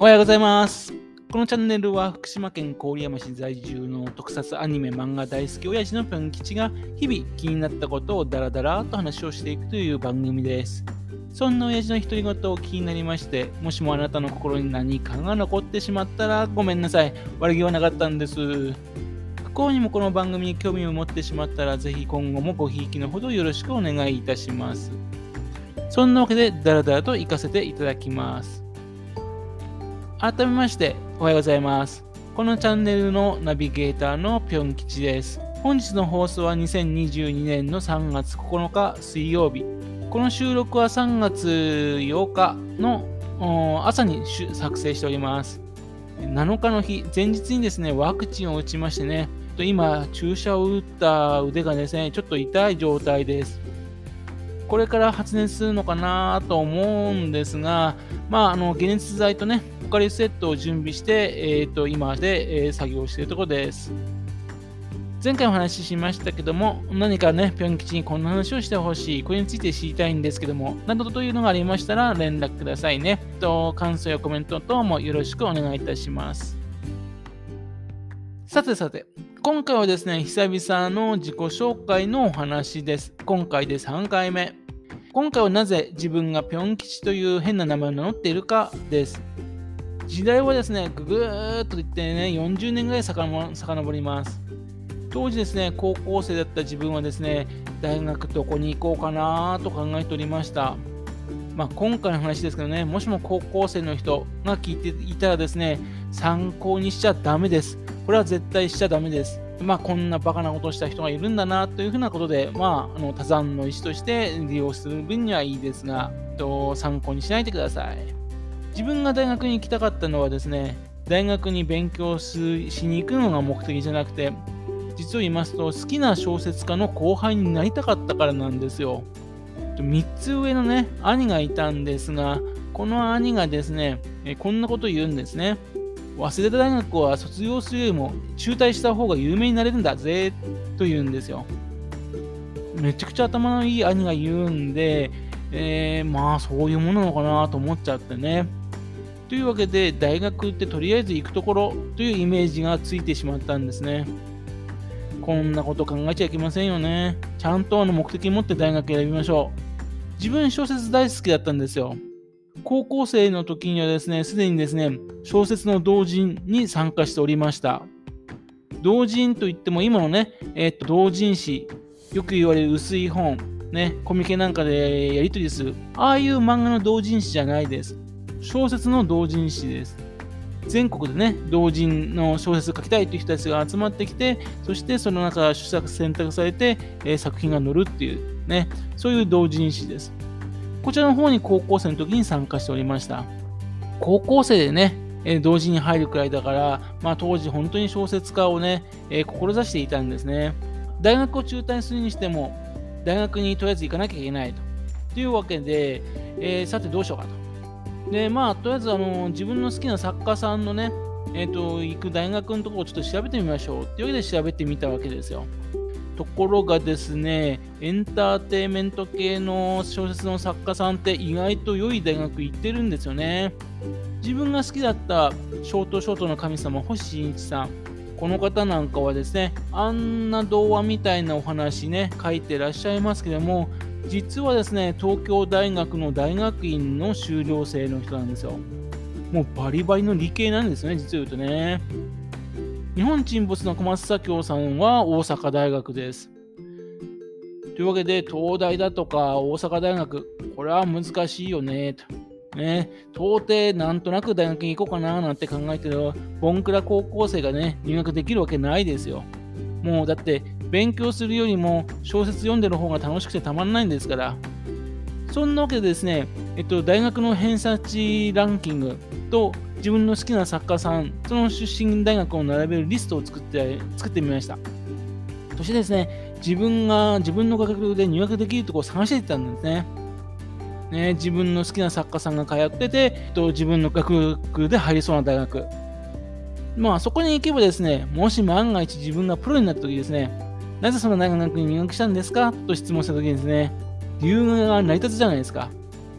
おはようございます。このチャンネルは福島県郡山市在住の特撮アニメ漫画大好き親父のぴょん吉が日々気になったことをダラダラと話をしていくという番組です。そんな親父の独り言を気になりまして、もしもあなたの心に何かが残ってしまったらごめんなさい。悪気はなかったんです。不幸にもこの番組に興味を持ってしまったら、ぜひ今後もごひいきのほどよろしくお願いいたします。そんなわけでダラダラと行かせていただきます。改めましておはようございます。このチャンネルのナビゲーターのぴょん吉です。本日の放送は2022年の3月9日水曜日。この収録は3月8日の朝に作成しております。7日の日、前日にですね、ワクチンを打ちましてね、今、注射を打った腕がですね、ちょっと痛い状態です。これから発熱するのかなと思うんですが、解熱剤とね、ポカリスエットを準備して、今で、作業しているところです。前回お話ししましたけども、何かね、ぴょん吉にこんな話をしてほしい、これについて知りたいんですけども、などというのがありましたら連絡くださいね。感想やコメント等もよろしくお願いいたします。さて、今回はですね、久々の自己紹介のお話です。今回で3回目。今回はなぜ自分がぴょん吉という変な名前を名乗っているかです。時代はですね、ぐぐーっといってね、40年ぐらい遡ります。当時ですね、高校生だった自分はですね、大学どこに行こうかなと考えておりました。今回の話ですけどね、もしも高校生の人が聞いていたらですね、参考にしちゃダメです。これは絶対しちゃダメです。こんなバカなことをした人がいるんだなというふうなことで、他山の石として利用する分にはいいですが、参考にしないでください。自分が大学に行きたかったのはですね、大学に勉強しに行くのが目的じゃなくて、実を言いますと、好きな小説家の後輩になりたかったからなんですよ。3つ上のね、兄がいたんですが、この兄がですね、こんなことを言うんですね。早稲田大学は卒業するよりも中退した方が有名になれるんだぜと言うんですよ。めちゃくちゃ頭のいい兄が言うんで、そういうものなのかなと思っちゃってね。というわけで、大学ってとりあえず行くところというイメージがついてしまったんですね。こんなこと考えちゃいけませんよね。ちゃんと目的を持って大学選びましょう。自分小説大好きだったんですよ。高校生の時にはですね、すでにですね、小説の同人に参加しておりました。同人といっても今のね、同人誌、よく言われる薄い本、ね、コミケなんかでやり取りする、ああいう漫画の同人誌じゃないです。小説の同人誌です。全国でね、同人の小説を書きたいという人たちが集まってきて、そしてその中から取作選択されて、作品が載るっていうね、そういう同人誌です。こちらの方に高校生の時に参加しておりました。高校生でね、同時に入るくらいだから、当時本当に小説家をね、志していたんですね。大学を中退するにしても、大学にとりあえず行かなきゃいけないというわけで、さてどうしようかと。で、とりあえず自分の好きな作家さんのね、行く大学のところをちょっと調べてみましょうっていうわけで調べてみたわけですよ。ところがですね、エンターテインメント系の小説の作家さんって意外と良い大学行ってるんですよね。自分が好きだったショートの神様、星新一さん。この方なんかはですね、あんな童話みたいなお話ね、書いてらっしゃいますけども、実はですね、東京大学の大学院の修了生の人なんですよ。もうバリバリの理系なんですね、実を言うとね。日本沈没の小松左京さんは大阪大学です。というわけで、東大だとか大阪大学、これは難しいよね、と。ね、到底なんとなく大学に行こうかななんて考えてるボンクラ高校生がね、入学できるわけないですよ。もうだって、勉強するよりも小説読んでる方が楽しくてたまんないんですから。そんなわけでですね、大学の偏差値ランキングと自分の好きな作家さん、その出身大学を並べるリストを作ってみました。そしてですね、自分の学力で入学できるところを探していったんですね。自分の好きな作家さんが通ってて、自分の学力で入りそうな大学。そこに行けばですね、もし万が一自分がプロになった時ですね、なぜその大学に入学したんですかと質問した時にですね、理由が成り立つじゃないですか。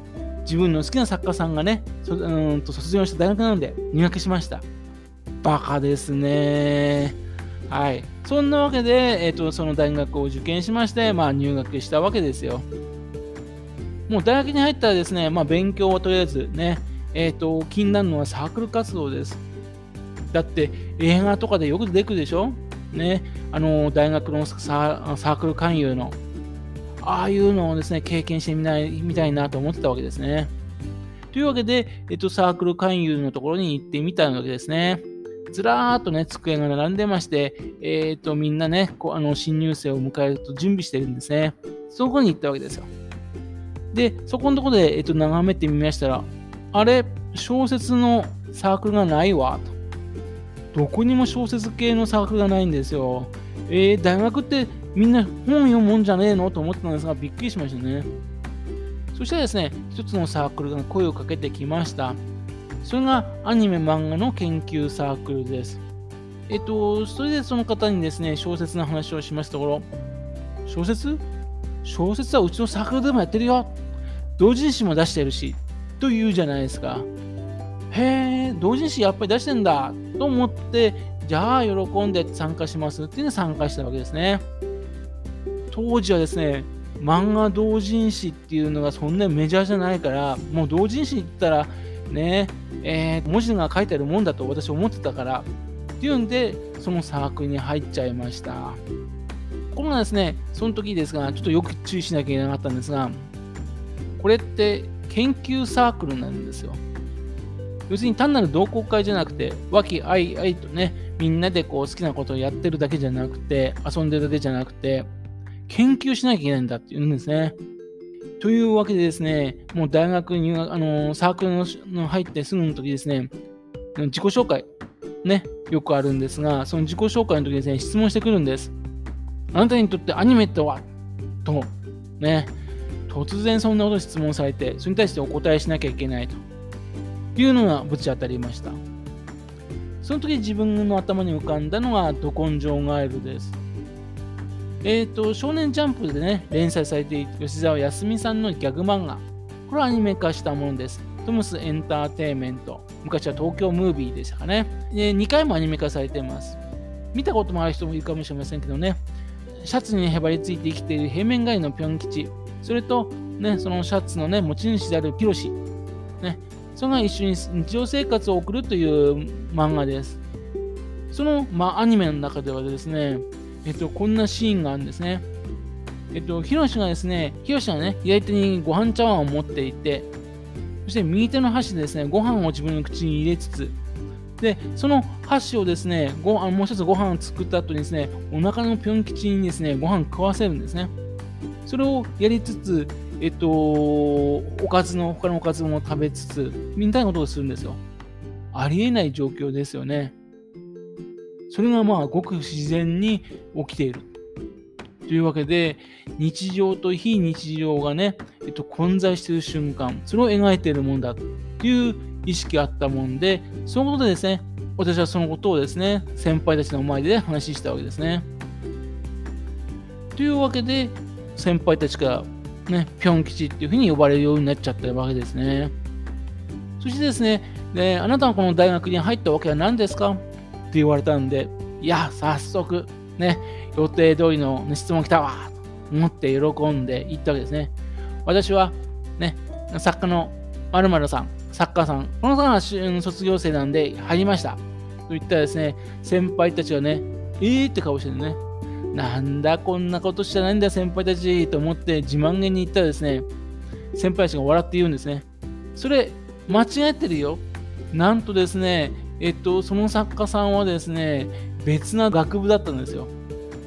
自分の好きな作家さんがね、卒業した大学なので入学しました。バカですね。はい。そんなわけで、その大学を受験しまして、入学したわけですよ。もう大学に入ったらですね、勉強はとりあえずね、気になるのはサークル活動です。だって映画とかでよく出てくるでしょね、大学のサークル勧誘の、ああいうのをですね、経験してみたいなと思ってたわけですね。というわけで、サークル勧誘のところに行ってみたわけですね。ずらーっとね、机が並んでまして、みんなね、新入生を迎えると準備してるんですね。そこに行ったわけですよ。で、そこのところで、眺めてみましたら、あれ、小説のサークルがないわ、と。どこにも小説系のサークルがないんですよ。大学ってみんな本読むもんじゃねえのと思ってたんですが、びっくりしましたね。そしたらですね、一つのサークルが声をかけてきました。それがアニメ漫画の研究サークルです。それでその方にですね、小説の話をしましたところ、小説はうちのサークルでもやってるよ。同人誌も出してるし、と言うじゃないですか。へえ、同人誌やっぱり出してんだと思って、じゃあ喜んで参加しますっていうので参加したわけですね。当時はですね、漫画同人誌っていうのがそんなにメジャーじゃないから、もう同人誌って言ったらね、文字が書いてあるもんだと私思ってたからっていうんで、そのサークルに入っちゃいました。ところがですね、その時ですが、ちょっとよく注意しなきゃいけなかったんですが、これって研究サークルなんですよ。要するに単なる同好会じゃなくて、和気あいあいとね、みんなでこう好きなことをやってるだけじゃなくて、遊んでるだけじゃなくて、研究しなきゃいけないんだっていうんですね。というわけでですね、もう大学にサークルの入ってすぐの時ですね、自己紹介、ね、よくあるんですが、その自己紹介の時ですね、質問してくるんです。あなたにとってアニメとはと、ね、突然そんなことを質問されて、それに対してお答えしなきゃいけないというのがぶち当たりました。その時自分の頭に浮かんだのがど根性ガエルです。少年ジャンプでね、連載されている吉沢康美さんのギャグ漫画。これはアニメ化したものです。トムスエンターテインメント。昔は東京ムービーでしたかね。2回もアニメ化されています。見たこともある人もいるかもしれませんけどね、シャツにへばりついて生きている平面外のぴょん吉、それと、ね、そのシャツの、ね、持ち主であるピロシ、ね、それが一緒に日常生活を送るという漫画です。その、アニメの中ではですね、こんなシーンがあるんですね。ヒロシがね、左手にご飯茶碗を持っていて、そして右手の箸でですね、ご飯を自分の口に入れつつ、で、その箸をですね、もう一つご飯を作った後にですね、お腹のぴょん吉にですね、ご飯食わせるんですね。それをやりつつ、他のおかずも食べつつ、みたいなことをするんですよ。ありえない状況ですよね。それがごく自然に起きている。というわけで、日常と非日常がね、混在している瞬間、それを描いているもんだという意識があったもんで、そのことでですね、私はそのことをですね、先輩たちの前で話したわけですね。というわけで、先輩たちからね、ぴょん吉っていうふうに呼ばれるようになっちゃったわけですね。そしてですね、あなたはこの大学に入ったわけは何ですかって言われたんで、いや、早速、ね、予定通りの質問来たわと思って喜んで言ったわけですね。私は、ね、作家の〇〇さん、作家さん、この方が卒業生なんで入りました。と言ったらですね、先輩たちがね、って顔してるね。なんだこんなことしちゃないんだ先輩たちと思って自慢げに言ったらですね、先輩たちが笑って言うんですね。それ、間違えてるよ。なんとですね、その作家さんはですね、別な学部だったんですよ。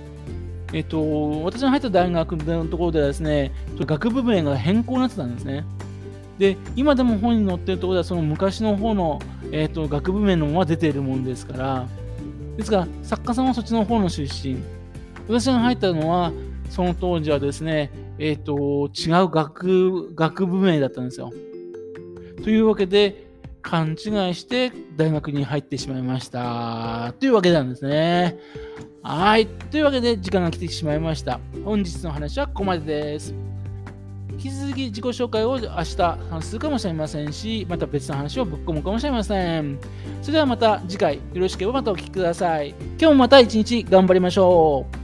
私が入った大学のところではですね、学部名が変更になってたんですね。で、今でも本に載ってるところでは、その昔の方の、学部名のまま出ているもんですから、ですが、作家さんはそっちの方の出身。私が入ったのは、その当時はですね、違う学部名だったんですよ。というわけで、勘違いして大学に入ってしまいました。というわけなんですね。はい。というわけで、時間が来てしまいました。本日の話はここまでです。 引き続き自己紹介を明日話すかもしれませんし、また別の話をぶっ込むかもしれません。それではまた次回よろしければまたお聞きください。今日もまた一日頑張りましょう。